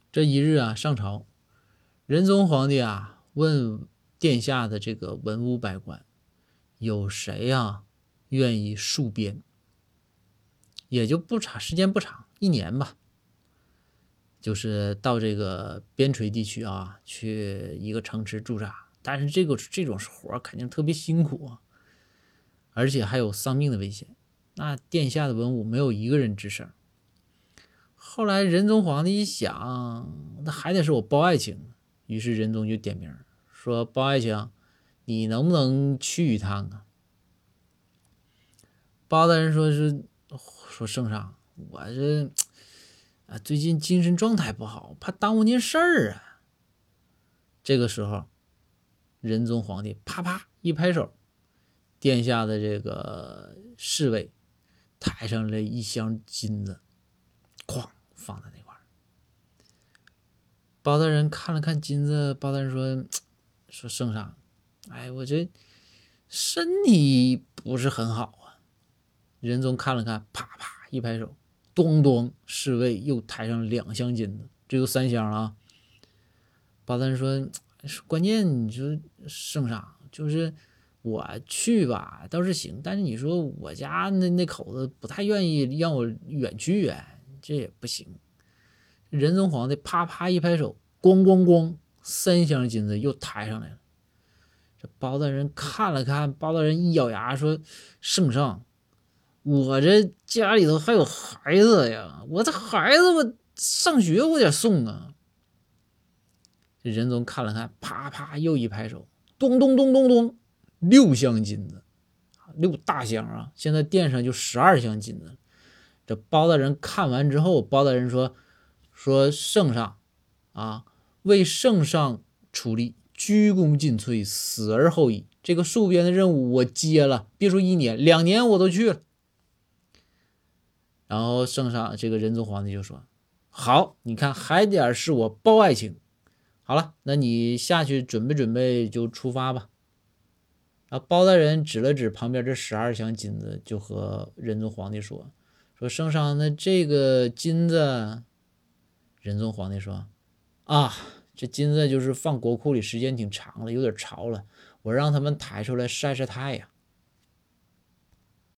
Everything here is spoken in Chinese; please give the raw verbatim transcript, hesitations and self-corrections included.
这一日啊，上朝，仁宗皇帝啊问殿下的这个文武百官，有谁啊愿意戍边？也就不长，时间不长，一年吧，就是到这个边陲地区啊，去一个城池驻扎。但是这个这种活肯定特别辛苦啊，而且还有丧命的危险。那殿下的文武没有一个人吱声。后来仁宗皇帝一想，那还得是我包爱卿，于是仁宗就点名说：包爱卿，你能不能去一趟啊？包大人说是说圣上，我这啊最近精神状态不好，怕耽误您事儿啊。这个时候，仁宗皇帝啪啪一拍手，殿下的这个侍卫抬上了一箱金子，哐放在那块儿。包大人看了看金子，包大人说：“说圣上，哎，我这身体不是很好啊。”仁宗看了看，啪啪一拍手，咚咚，侍卫又抬上两箱金子，这就三箱了啊。包大人说：“关键你说圣上，就是我去吧倒是行，但是你说我家那那口子不太愿意让我远去啊，这也不行。”仁宗皇帝啪啪一拍手，咣咣咣，三箱金子又抬上来了。这包大人看了看，包大人一咬牙说：“圣上，我这家里头还有孩子呀，我这孩子我上学我得送啊。”这仁宗看了看，啪啪又一拍手，咚咚咚咚咚，六箱金子，六大箱啊！现在殿上就十二箱金子。这包大人看完之后，包大人说：“说圣上啊，为圣上出力，鞠躬尽瘁，死而后已。这个戍边的任务我接了，别说一年，两年我都去了。”然后圣上这个仁宗皇帝就说：“好，你看还点是我包爱卿。好了，那你下去准备准备就出发吧。”然后包大人指了指旁边这十二箱金子，就和仁宗皇帝说：“说圣上，那这个金子。”仁宗皇帝说：“啊，这金子就是放国库里时间挺长了，有点潮了，我让他们抬出来晒晒太阳。”